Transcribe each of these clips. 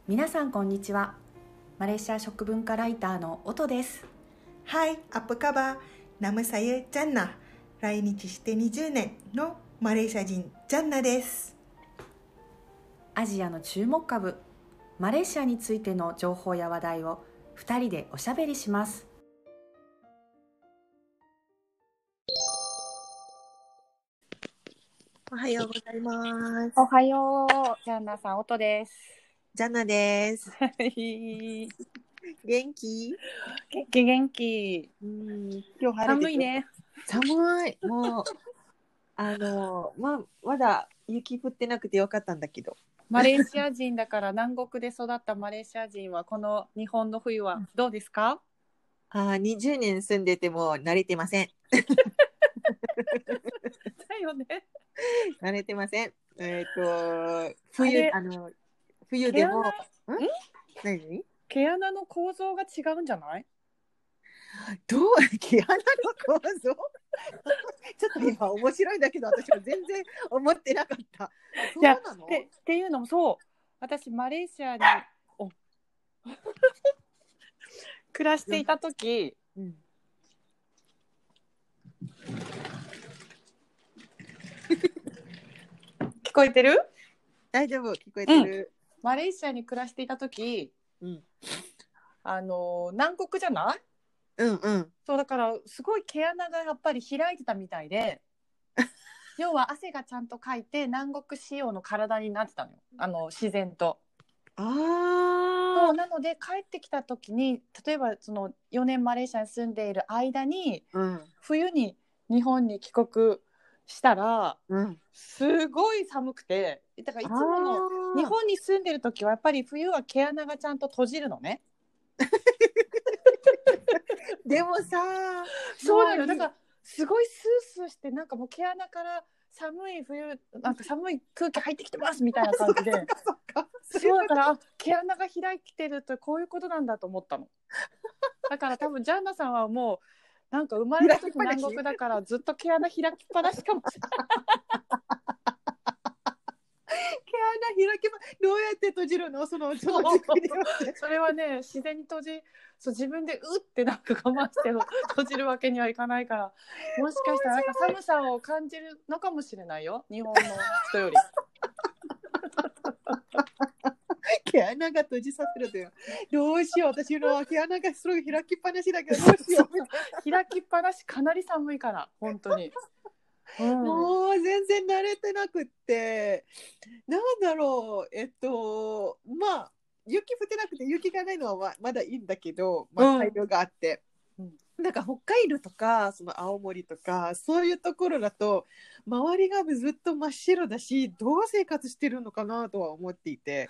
皆さんこんにちは。マレーシア食文化ライターの音です。 Hai, apa kabar? Nama saya Jannah. 来日して20年のマレーシア人ジャンナです。 アジアの注目株マレーシアについての情報や話題を2人でおしゃべりします。 おはようございます。 おはよう、ジャンナさん、音です。 ジャンナです。 元元気？ 気元気。 今日晴れて寒いね。 寒い。もうまだ雪降ってなくてよかったんだけど。 マレーシア人だから南国で育ったマレーシア人はこの日本の冬はどうですか ？20年住んでても慣れてません。 だよね。 慣れてません。冬でも何？ 毛穴の構造が違うんじゃない？ 毛穴の構造ちょっと今面白いんだけど、私は全然思ってなかった。そうなの？ っていうのもそう、私マレーシアに暮らしていた時、聞こえてる？ 大丈夫、聞こえてる。 マレーシアに暮らしていた時、南国じゃない？そうだからすごい毛穴がやっぱり開いてたみたいで要は汗がちゃんとかいて南国仕様の体になってたのよ、自然と。そうなので帰ってきた時に例えばその4年マレーシアに住んでいる間に、冬に日本に帰国したら、すごい寒くて、だからいつもの日本に住んでる時はやっぱり冬は毛穴がちゃんと閉じるのね。 でもさ、 そうなのよ。だからすごいスースーしてなんかもう毛穴から寒い冬なんか寒い空気入ってきてますみたいな感じでそうだから毛穴が開いてるとこういうことなんだと思ったの。だから多分ジャンナさんはもうなんか生まれた時南国だからずっと毛穴開きっぱなしかもしれない。 毛穴開けばどうやって閉じるの？そのそれはね自然に自分でうってなんか我慢して閉じるわけにはいかないから、もしかしたらなんか寒さを感じるのかもしれないよ、日本の人より。 毛穴が閉じさせるという。どうしよう、私の毛穴がすごい開きっぱなしだけどどうしよう。 開きっぱなしかなり寒いから本当に。 もう全然慣れてなくって、なんだろう、雪降ってなくて雪がないのはまだいいんだけど、太陽があって、なんか北海道とかその青森とかそういうところだと周りがずっと真っ白だし、どう生活してるのかなとは思っていて。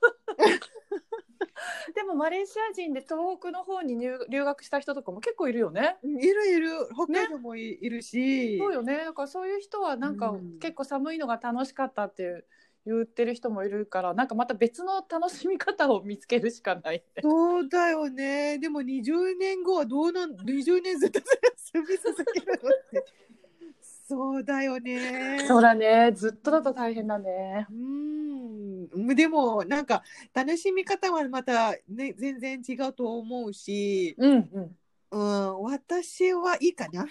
でもマレーシア人で東北の方に留学した人とかも結構いるよね。 いる北海道もいるし、 そうよね。だからそういう人はなんか結構寒いのが楽しかったって言ってる人もいるから、なんかまた別の楽しみ方を見つけるしかない。 そうだよね。でも20年後はどうなん20年ずっと住み続けるのってそうだよね。 そうだね、ずっとだと大変だね。 でもなんか楽しみ方はまた、ね、全然違うと思うし、私はいいかな。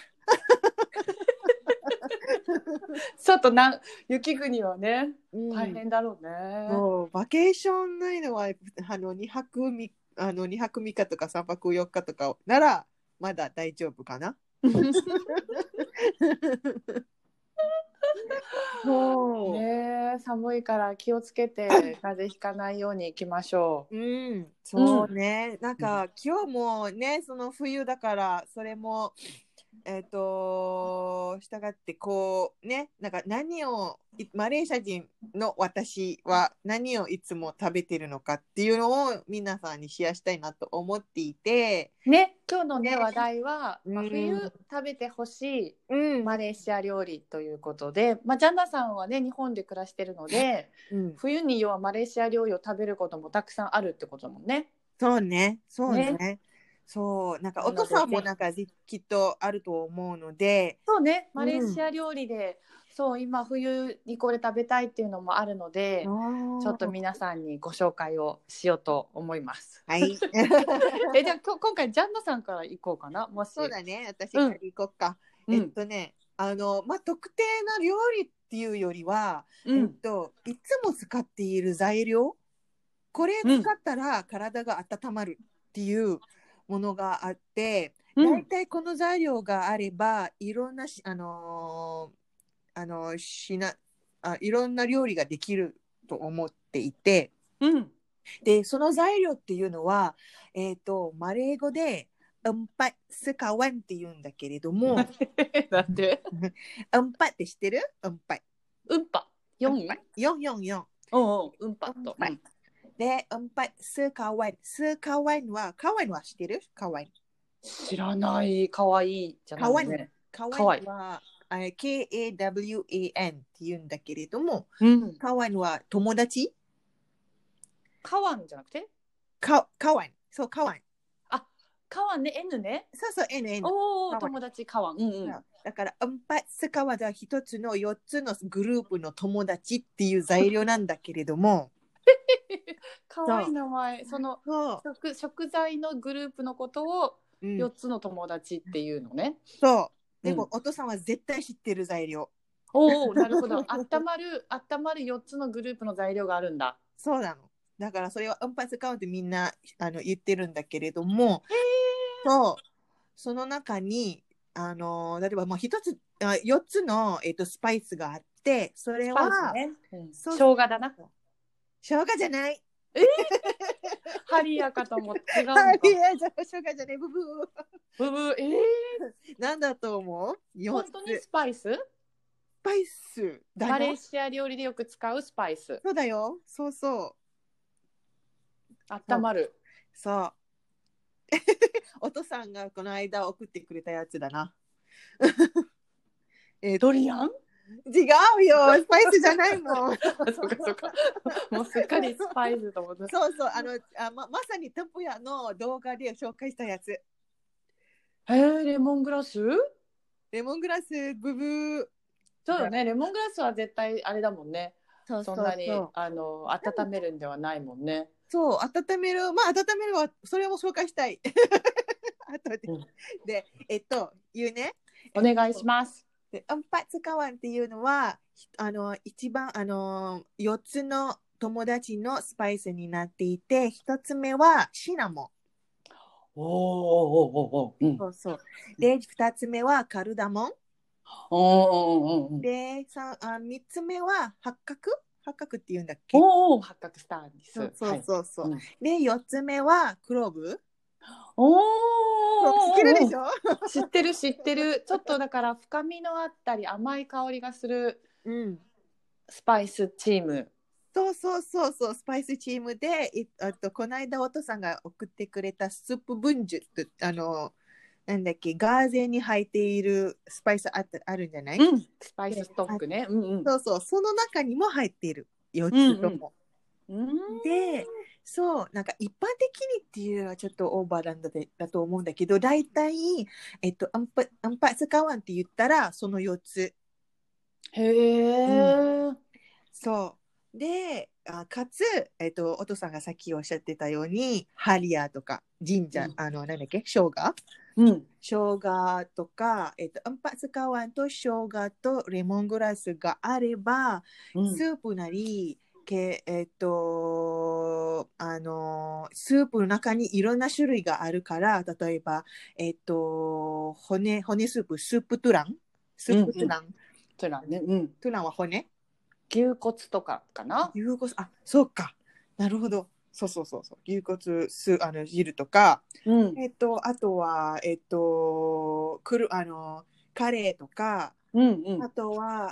ちょっと雪国はね、大変だろうね。 そうバケーションないのは2泊3日とか3泊4日とかならまだ大丈夫かな。 そうね、寒いから気をつけて風邪ひかないようにいきましょう。 そうね、なんか今日もねその冬だからそれも従ってこうね、なんかマレーシア人の私は何をいつも食べてるのかっていうのを皆さんにシェアしたいなと思っていてね、今日のね話題は、冬食べてほしいマレーシア料理ということで、ジャンナさんはね日本で暮らしてるので、冬に要はマレーシア料理を食べることもたくさんあるってことだもんね。 そうね。そうなんかお父さんもなんかきっとあると思うので、 そうね、マレーシア料理でそう今冬にこれ食べたいっていうのもあるので、ちょっとは皆さんにご紹介をしようと思います。 い。 じゃあ今回ジャンナさんから行こうかな、もし。 そうだね。私から行こうか。まあ、特定な料理っていうよりは、いつも使っている材料、これ使ったら体が温まるっていうものがあって、だいたいこの材料があれば、いろんないろんな料理ができると思っていて、で、その材料っていうのは、マレー語で、スカワンって言うんだけれども、 なんでって知ってる？ うんぱ。 444。 うんぱと。 で、スカワン。スカワンは、カワンは知ってる？カワン。 知らない。かわいいじゃないね。 カワンは、KAWAN って言うんだけれども、カワンは友達？ カワンじゃなくてカワン。そう、カワン。 あ、カワンね、N ね。 そうそう、N。 友達カワン。 だから、スカワンは一つの4つのグループの友達っていう材料なんだけれども、 かわいい名前。その食材のグループのことを4つの友達っていうのね。 そう。でも、お父さんは絶対知ってる材料。 なるほど。温まる4つのグループの材料があるんだ。 そうなの。だからそれは使うってみんな言ってるんだけれども、その中に例えばもう4つの、スパイスがあって、それは、 生姜だな。 生姜じゃない。 ハリアかと思って違うのか。 ハリアじゃ生姜じゃない。ブブー。 なんだと思う？ 本当にスパイスだよ。 マレーシア料理でよく使うスパイス。 そうだよ。そうそう。 温まる。 そう。お父さんがこの間送ってくれたやつだな。 ドリアン？ 違うよ、スパイスじゃないもん。 そうか。もうすっかりスパイスと思って。 そうそう、まさにタプヤの動画で紹介したやつ。 レモングラス？ レモングラス、ブブー。 そうだね、レモングラスは絶対あれだもんね。 そんなに温めるんではないもんね。 そう、温めるはそれも紹介したい。後で。で、言うね。 お願いします。 で、使わんっていうのは、一番、4つの友達のスパイスになっていて、1つ目はシナモン。そうそう。で、2つ目はカルダモン。で、3つ目は八角って言うんだっけ？ 八角スターです。 そう。で、4つ目はクローブ。知ってるでしょ？ 知ってる。ちょっとだから深みのあったり甘い香りがするスパイスチーム。 そう、スパイスチームで、この間お父さんが送ってくれたスープブンジュって、なんだっけ、ガーゼに入っているスパイスあるんじゃない？ スパイスストックね。 そう、その中にも入っている。4つとも。で、そう、なんか一般的にっていうのはちょっとオーバーだと思うんだけど、大体、アンパスカワンって言ったらその4つ。そう。で、かつ、お父さんがさっきおっしゃってたように、ハリアとか、ジンジャー、なんだっけ、生姜生姜とか、アンパスカワンと生姜とレモングラスがあれば、スープなり、スープの中にいろんな種類があるから、例えば、骨スープ、スープトゥラントゥランね。トゥランは骨？ 牛骨とかかな？ 牛骨、そうか。なるほど。そう。牛骨汁とか、あとは、カレーとか、あとは、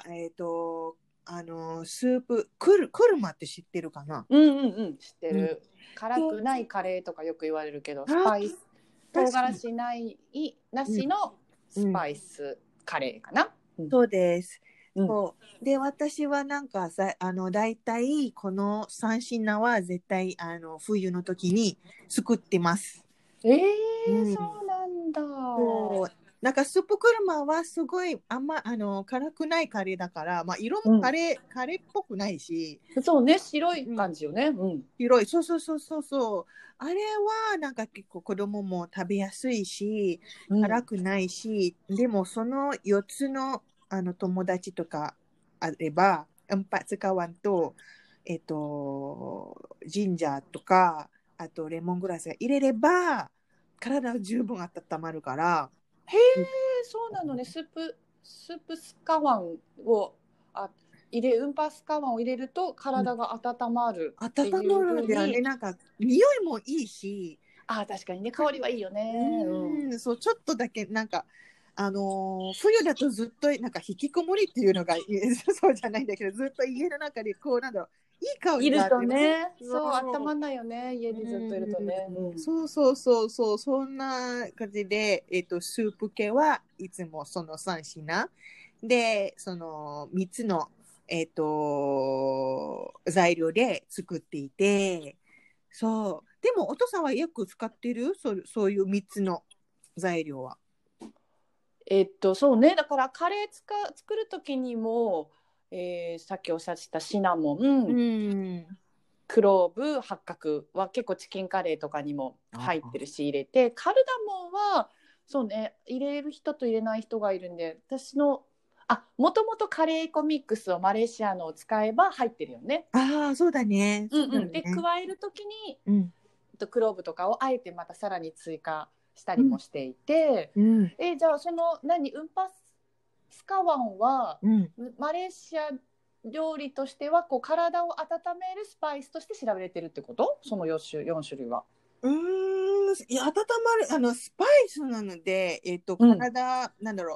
スープ、クルマって知ってるかな？ 知ってる。辛くないカレーとかよく言われるけど、スパイス、唐辛子なしのスパイスカレーかな？ そうです。で、私はなんか大体この3品は絶対冬の時に作ってます。 そうなんだ。 なんかスープクルマはすごい辛くないカレーだから、まあ、色もカレーっぽくないし、 そうね、白い感じよね。うん。 広い。そうそうそうそうそう。あれはなんか結構子供も食べやすいし、辛くないし、でもその4つの友達とかあれば、empat sekawan と、ジンジャーとか、あとレモングラスが入れれば、体は十分温まるから。 へえ、そうなのね。スープスカワンをウンパスカワンを入れると体が温まるっていう温まる風に。 んだよね。なんか匂いもいいし、 確かにね、香りはいいよね。 そう、ちょっとだけ、なんか、冬だとずっと、なんか、引きこもりっていうのが、そうじゃないんだけど、ずっと家の中で、こう、なんだろう、いい香いるとりがあってね、 そうそう、温まんないよね、家でずっといるとね。 そうそうそうそう、そんな感じで、スープ系はいつもその3品。で、その3つの、材料で作っていて、そう。でも、お父さんはよく使ってるそういう3つの材料は。 そうね、だからカレー作る時にも、さっきおっしゃってたシナモン、クローブ、八角は結構チキンカレーとかにも入ってるし入れて、カルダモンはそうね、入れる人と入れない人がいるんで、私のもともとカレー粉ミックスをマレーシアのを使えば入ってるよね。 そうだね。 で加える時に、クローブとかをあえてまたさらに追加したりもしていて、じゃあそのウンパスカワンは、マレーシア料理としてはこう体を温めるスパイスとして調べられてるってこと？その4種類は。 いや、温まる、スパイスなので、体、なんだろ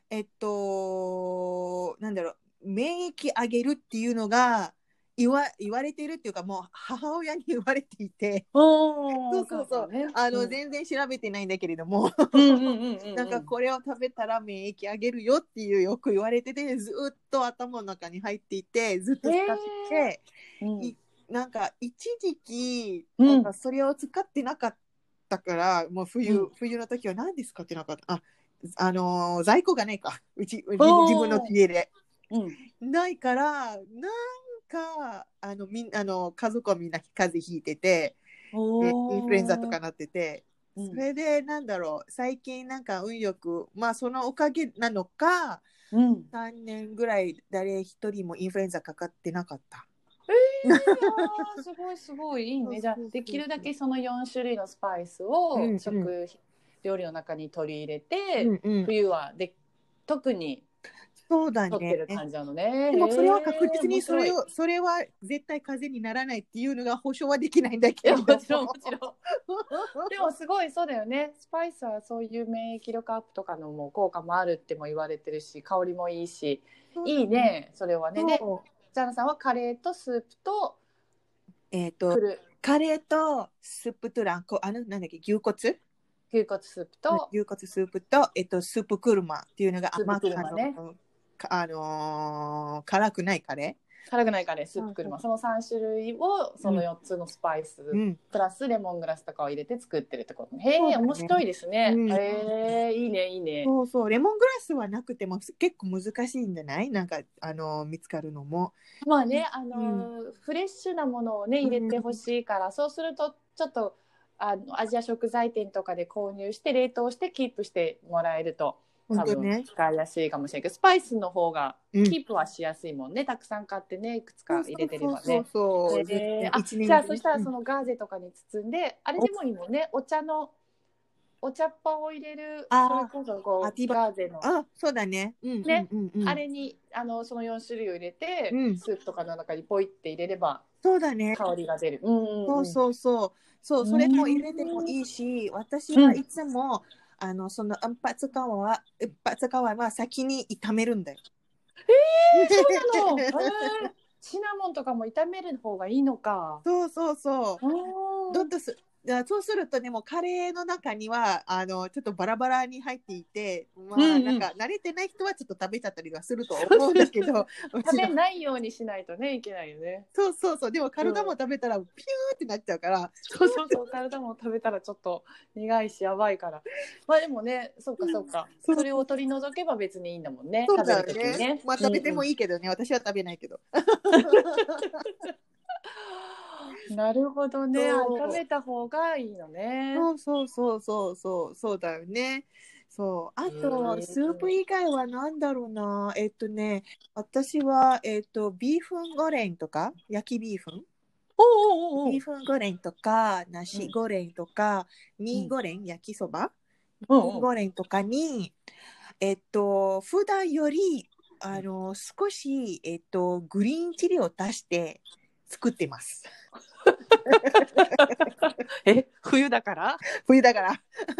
う、免疫上げるっていうのが言われてるっていうか、もう母親に言われていて、そうそうそう、 ね、 全然調べてないんだけれども、なんかこれを食べたら免疫上げるよっていうよく言われてて、ずっと頭の中に入っていて、ずっと使ってて、なんか一時期、なんかそれを使ってなかったから、もう冬の時は何で使ってなかった。在庫がないか。自分の家で。ないから、なんか、家族はみんな風邪ひいてて、でインフルエンザとかなってて、それで、なんだろう、最近なんか運よく、まあそのおかげなのか、3年ぐらい誰一人もインフルエンザかかってなかった。 すごいすごいいいね。じゃあできるだけその4種類のスパイスを料理の中に取り入れて、冬は特にそうだね。 取ってる感じなのね。 でもそれは確実にそれは絶対風邪にならないっていうのが保証はできないんだけど。 もちろんでもすごいそうだよね。スパイスはそういう免疫力アップとかのも効果もあるっても言われてるし、香りもいいし、いいね、それはね。で、ジャーナさんはカレーとスープとカレーとスープとなんだっけ、牛骨スープとスープクルマっていうのが辛くないカレー、 スープクルマ、その3種類をその4つのスパイス、プラスレモングラスとかを入れて作ってるってこと。へえ、面白いですね。へえ、いいねいいね。 そうそう、レモングラスはなくても結構難しいんじゃない？なんか見つかるのも。 まあね、フレッシュなものをね入れてほしいから、そうするとちょっとアジア食材店とかで購入して冷凍してキープしてもらえると多分使いやすいかもしれないけど、スパイスの方がキープはしやすいもんね、たくさん買ってね、いくつか入れてればね。じゃあそしたらそのガーゼとかに包んで、あれでもいいもんね、お茶っ葉を入れる、それこそこうガーゼのそうだね、 あれにその4種類を入れて、スープとかの中にポイって入れればそうだね、 香りが出る。 そうそれも入れてもいいし、私はいつもそのアンパツカワは先に炒めるんだよ。 そうなの。シナモンとかも炒める方がいいのか。 そう。 そうするとね、もうカレーの中にはちょっとバラバラに入っていて、まあ、 うんうんなんか慣れてない人はちょっと食べちゃったりはすると思うんだけど、う食ちのべないようにしないとねいけないよね。 そうそうそう、でもカルダモン食べたらピューってなっちゃうから、 そうそうそう、体も食べたらちょっと苦いしやばいから。まあでもね、そうかそうか。 そうそれを取り除けば別にいいんだもんね。 そう食べだよね。 るときにね。 まあ食べてもい。 いいけどね、私は食べないけど。 なるほどね。 そう食べた方がいいのね。 そうそうそうそうそうそうだよね。そう。あと、スープ以外は何だろうな。私は、ビーフンゴレンとか、焼きビーフンおうおうおうおう。 ビーフンゴレンとか、ナシゴレンとか、ミーゴレン、焼きそば、ミーゴレンとかに、普段より、少し、グリーンチリを足して作ってます。 冬だから冬だから。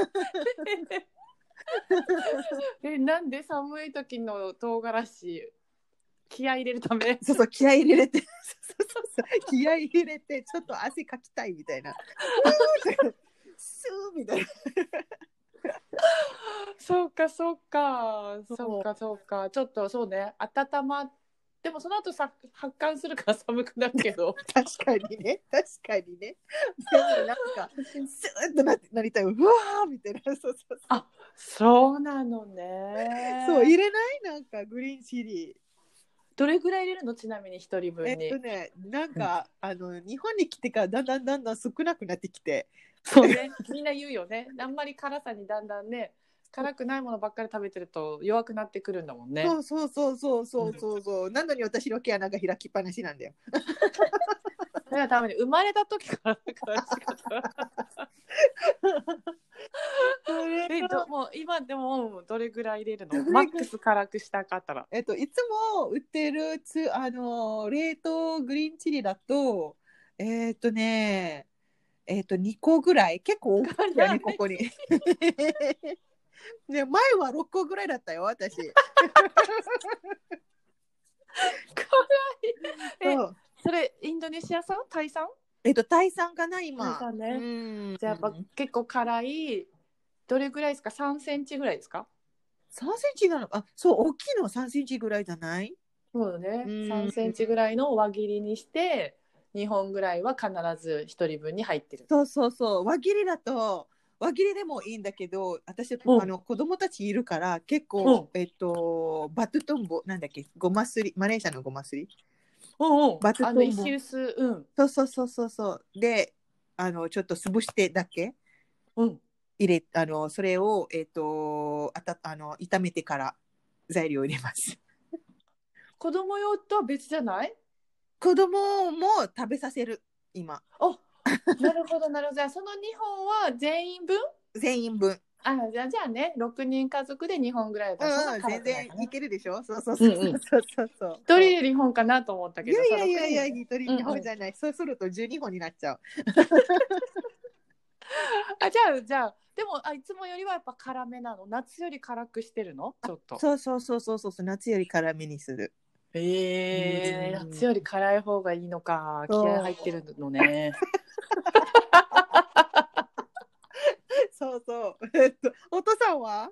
なんで寒い時の唐辛子気合い入れるため？ そうそう、気合い入れて気合い入れてちょっと汗かきたいみたいなスーみたいなそうかそうかそうかそうか、ちょっとそうね、温までもその後さ発汗するから寒くなるけど確かにねでもなんかスーッとなりたいうわーみたいなそうあ、そうなのね。 そう入れないなんかグリーンチリどれぐらい入れるの、ちなみに一人分に？ なんか、日本に来てからだんだん少なくなってきてそうね、みんな言うよね。あんまり辛さにだんだんね、辛くないものばっかり食べてると弱くなってくるんだもんね。 そうなのに私の毛穴が開きっぱなしなんだよ。 だから多分生まれた時からだからもう今でもどれぐらい入れるの？マックス辛くしたかったら。 いつも売ってる冷凍グリーンチリだと2個ぐらい結構大きいよねここにね、前は6個ぐらいだったよ私それインドネシア産？タイ産？ タイ産かな今。 タイ産ね。じゃあやっぱ結構辛い。どれぐらいですか？3センチぐらいですか ？3センチなのか。そう大きいの3センチぐらいじゃない？ そうだね。3センチぐらいの輪切りにして2本ぐらいは必ず1人分に入ってる。 そう輪切りだと輪切りでもいいんだけど私子供たちいるから結構バトゥトンボなんだっけごますりマレーシアのごますりバトゥトンボ石臼そうでちょっと潰してだけ入れそれを炒めてから材料を入れます子供用とは別じゃない？ 子供も食べさせる今。 なるほどなるほど。じゃあその2本は全員分？ 全員分。 じゃあね6人家族で2本ぐらいだったら全然いけるでしょ。そう一人で2本かなと思ったけど、 いや一人2本じゃない、そうすると12本になっちゃうじゃあでもいつもよりはやっぱ辛めなの？夏より辛くしてるの？ちょっとそう夏より辛めにする。 夏より辛い方がいいのか。気合入ってるのねそうお父さんは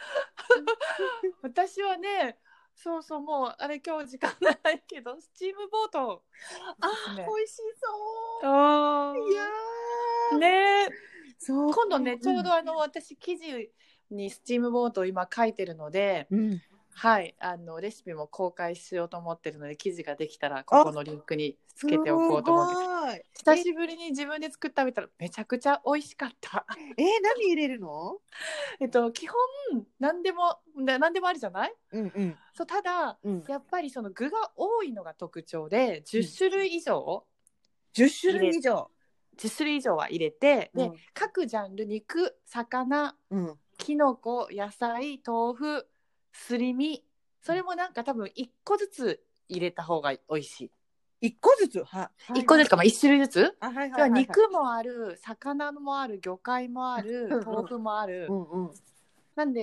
私はねもうあれ今日時間ないけどスチームボート美味しそういやねそう今度ねちょうど私記事にスチームボートを今書いてるので、はいレシピも公開しようと思ってるので記事ができたらここのリンクにつけておこうと思うんです久しぶりに自分で作ってみたらめちゃくちゃ美味しかった何入れるの？ 基本何でもあるじゃない？そうただ、やっぱりその具が多いのが特徴で10種類以上 10種類以上 10種類以上は入れて、で各ジャンル肉魚、きのこ野菜豆腐すり身それもなんか多分1個ずつ入れた方が美味しい。 1個ずつ 1個ずつか、1種類ずつ、肉もある魚もある魚介もある豆腐もあるなんで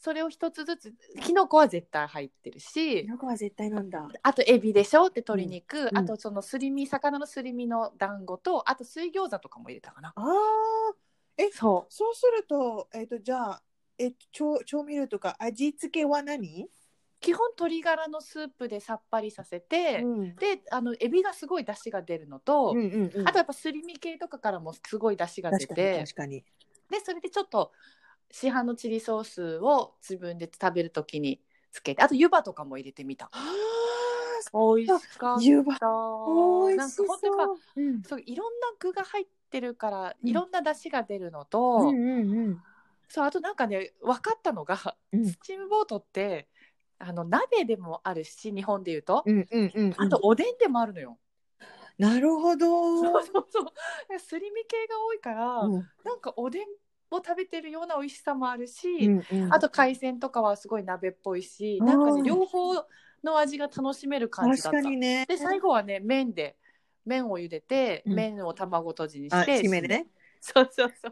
それを一つずつ、キノコは絶対入ってるし、 キノコは絶対なんだ。 あとエビでしょって鶏肉、 うんあとそのすり身、魚のすり身の団子と、あと水餃子とかも入れたかな。 ああ、 そうそうすると、じゃあ、調味料とか味付けは何？ 基本鶏ガラのスープでさっぱりさせて、でエビがすごい出汁が出るのと、あとやっぱすり身系とかからもすごい出汁が出て、 確かに。 でそれでちょっと市販のチリソースを自分で食べるときにつけて、あと湯葉とかも入れてみた。美味しかった。 湯葉美味しそう。 なんか本当やっぱ、そういろんな具が入ってるから、いろんな出汁が出るのと、そうあとなんかね分かったのが、スチームボートって鍋でもあるし、日本でいうと、あとおでんでもあるのよ。 なるほど。 そうすり身系が多いから、なんかおでんを食べてるような美味しさもあるし、あと海鮮とかはすごい鍋っぽいし、なんかね両方の味が楽しめる感じだった。 確かにね。 で最後はね麺を茹でて、麺を卵とじにして締めでね。 そう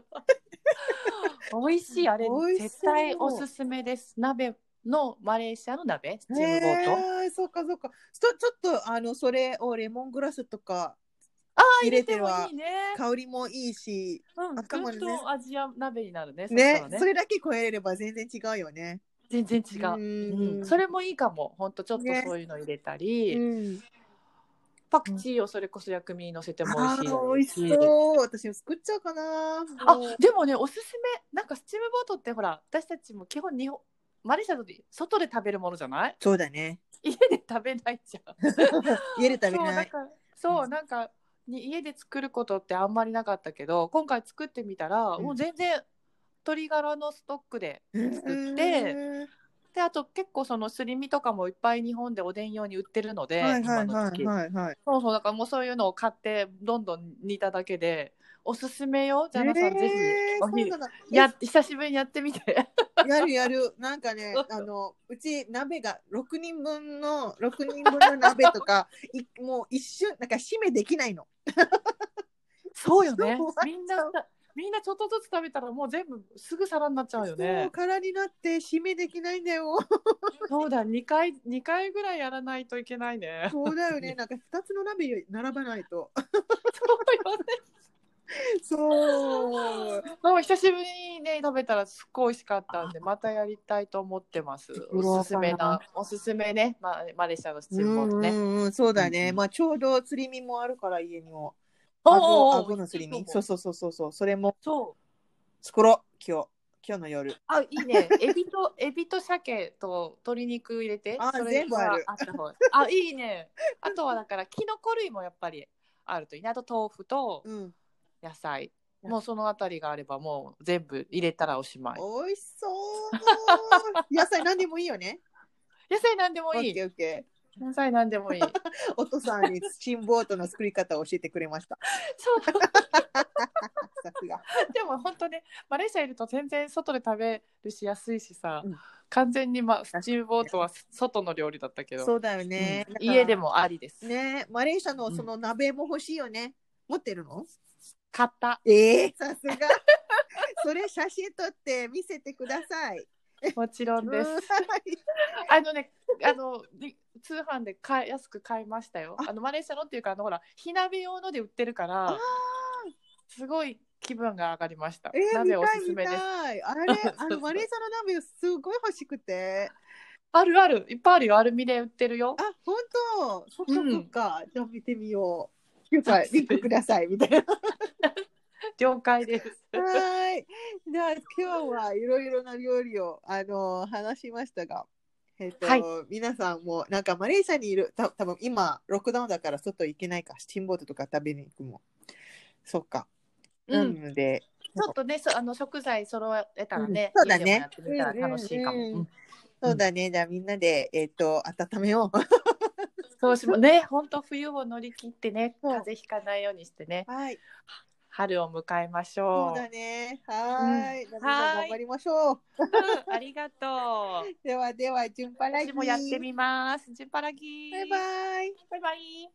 美味しい。あれ絶対おすすめです。鍋のマレーシアの鍋、スチームボート。 そうか。ちょっとそれをレモングラスとか入れてはいいね、 香りもいいし、 ぐんとアジア鍋になるね。 それだけ加えれば全然違うよね。 全然違う。それもいいかも。ほんとちょっとそういうの入れたり、パクチーをそれこそ薬味に乗せても美味しいだろうし。 美味しそう。私も作っちゃうかな。 でもねおすすめ、なんかスチームボートってほら私たちも基本マレーシアだと外で食べるものじゃない？ そうだね。 家で食べないじゃん。 家で食べない。 なんか家で作ることってあんまりなかったけど、今回作ってみたら、もう全然鶏ガラのストックで作って、であと結構そのすり身とかもいっぱい日本でおでん用に売ってるので、今の時期。そうだからもうそういうのを買ってどんどん煮ただけでおすすめよ。ジャナさん、ぜひお昼久しぶりにやってみて。 やる。なんかね、うち鍋が6人分の鍋とかもう一瞬なんか締めできないの。 そうよね。みんなちょっとずつ食べたらもう全部すぐ皿になっちゃうよね。 そう空になって締めできないんだよ。 そうだ、2回ぐらいやらないといけないね。 そうだよね。なんか2つの鍋並ばないと。 そうよね。 そう。 もう久しぶりにね食べたらすっごい美味しかったんで、またやりたいと思ってます。おすすめね、マレーシアのスチームボートね。 そうだね。ちょうどすり身もあるから家にも。顎のすり身。そう。それも作ろう。今日の夜。 いいね。エビと鮭と鶏肉入れて。 全部ある。 いいね。あとはだからキノコ類もやっぱりあるといいね。あと豆腐と野菜。もうそのあたりがあればもう全部入れたらおしまい。 美味しそう。野菜何でもいいよね。 野菜何でもいい。 オッケー。 野菜何でもいい。 お父さんにスチームボートの作り方を教えてくれました。 そうさすが。 でも本当ね、マレーシアいると全然外で食べるし安いしさ、完全にスチームボートは外の料理だったけど。 そうだよね。 家でもありです。 ね、マレーシアのその鍋も欲しいよね。持ってるの？ 買った。 さすが。それ写真撮って見せてください。 もちろんです。通販で安く買いましたよ。マレーシアのっていうかほら火鍋用ので売ってるから、すごい気分が上がりました。鍋おすすめです。 マレーシアの鍋すごい欲しくて。 あるいっぱいあるよ。アルミで売ってるよ。 本当。そっか。じゃあ見てみよう。リンクくださいみたいな。 了解です。 はい。じゃあ今日はいろいろな料理を話しましたが、皆さんもなんかマレーシアにいる多分今ロックダウンだから外行けないか、スチームボートとか食べに行くも。そっか。なのでちょっとね食材揃えたらね、 そうだね。 やってみたら楽しいかも。 そうだね。じゃあみんなで温めよう。 そうしもね、本当冬を乗り切ってね、風邪ひかないようにしてね。 はい。 春を迎えましょう。 そうだね。はい。頑張りましょう。 ありがとう。 では、ジュンパラギー。 私もやってみます。ジュンパラギー。 バイバイ。 バイバイ。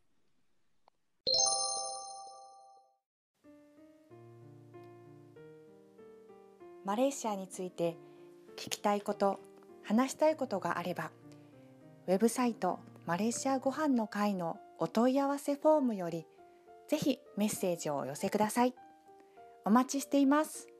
マレーシアについて聞きたいこと、話したいことがあれば、ウェブサイトマレーシアごはんの会のお問い合わせフォームよりぜひメッセージをお寄せください。お待ちしています。